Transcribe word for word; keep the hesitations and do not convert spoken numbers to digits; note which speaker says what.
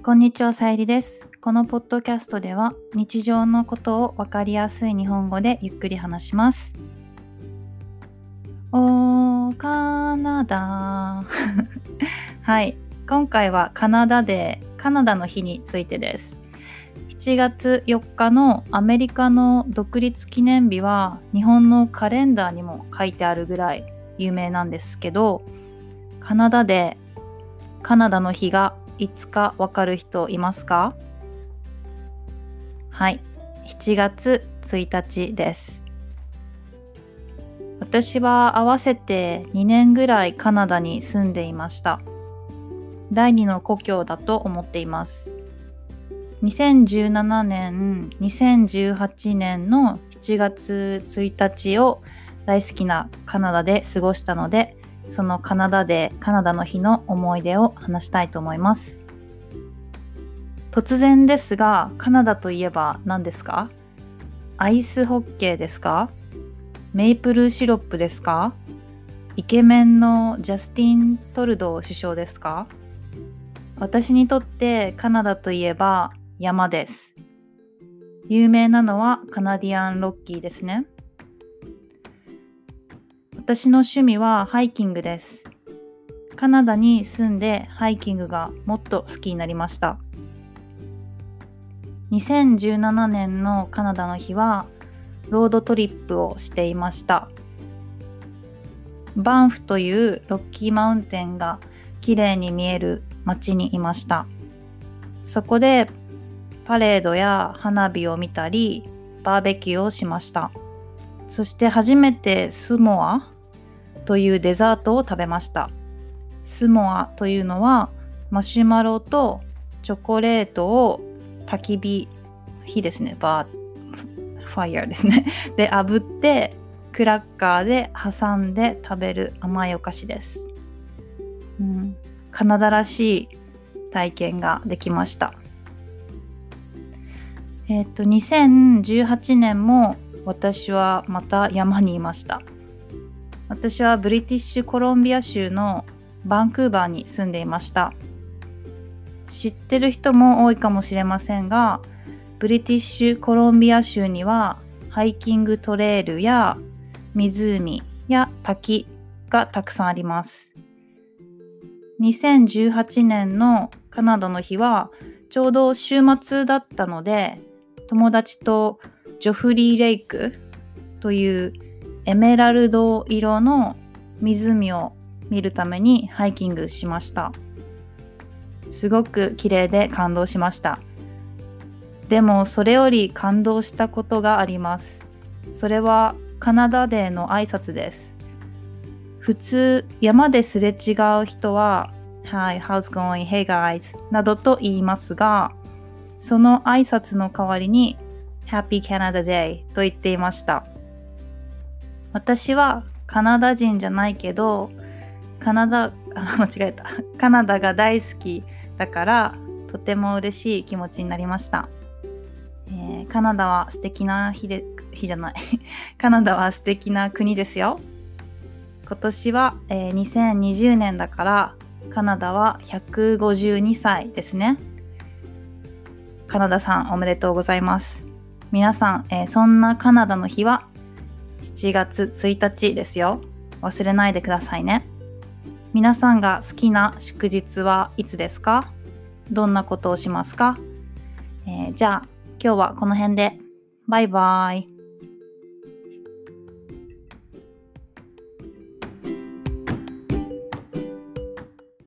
Speaker 1: こんにちは、さゆりです。このポッドキャストでは日常のことをわかりやすい日本語でゆっくり話します。おー、カナダはい、今回はカナダデー、カナダの日についてです。しちがつよっかのアメリカの独立記念日は日本のカレンダーにも書いてあるぐらい有名なんですけど、カナダデー、カナダの日がいつかわかる人いますか？はい、しちがつついたちです。私は合わせてにねんぐらいカナダに住んでいました。第二の故郷だと思っています。にせんじゅうななねん、にせんじゅうはちねんのしちがつついたちを大好きなカナダで過ごしたので、そのカナダでカナダの日の思い出を話したいと思います。突然ですが、カナダといえば何ですか？アイスホッケーですか？メイプルシロップですか？イケメンのジャスティン・トルドー首相ですか？私にとってカナダといえば山です。有名なのはカナディアンロッキーですね。私の趣味はハイキングです。カナダに住んでハイキングがもっと好きになりました。にせんじゅうななねんのカナダの日はロードトリップをしていました。バンフというロッキーマウンテンが綺麗に見える街にいました。そこでパレードや花火を見たりバーベキューをしました。そして初めてスモアというデザートを食べました。スモアというのはマシュマロとチョコレートを焚き火、火ですね、バー、ファイヤーですね。で、炙ってクラッカーで挟んで食べる甘いお菓子です。うん、カナダらしい体験ができました。えっと、にせんじゅうはちねんも私はまた山にいました。私はブリティッシュコロンビア州のバンクーバーに住んでいました。知ってる人も多いかもしれませんが、ブリティッシュコロンビア州にはハイキングトレイルや湖や滝がたくさんあります。にせんじゅうはちねんのカナダの日はちょうど週末だったので、友達とジョフリーレイクというエメラルド色の湖を見るためにハイキングしました。すごく綺麗で感動しました。でもそれより感動したことがあります。それはカナダデーの挨拶です。普通山ですれ違う人は Hi, how's going? Hey guys などと言いますが、その挨拶の代わりに Happy Canada Day と言っていました。私はカナダ人じゃないけど、カナダ、あ、間違えた。カナダが大好きだからとても嬉しい気持ちになりました。えー、カナダは素敵な日で、日じゃない。カナダは素敵な国ですよ。今年は、えー、にせんにじゅうねんだからカナダはひゃくごじゅうにさいですね。カナダさんおめでとうございます。皆さん、えー、そんなカナダの日はしちがつついたちですよ。忘れないでくださいね。皆さんが好きな祝日はいつですか？どんなことをしますか？えー、じゃあ今日はこの辺で。バイバイ。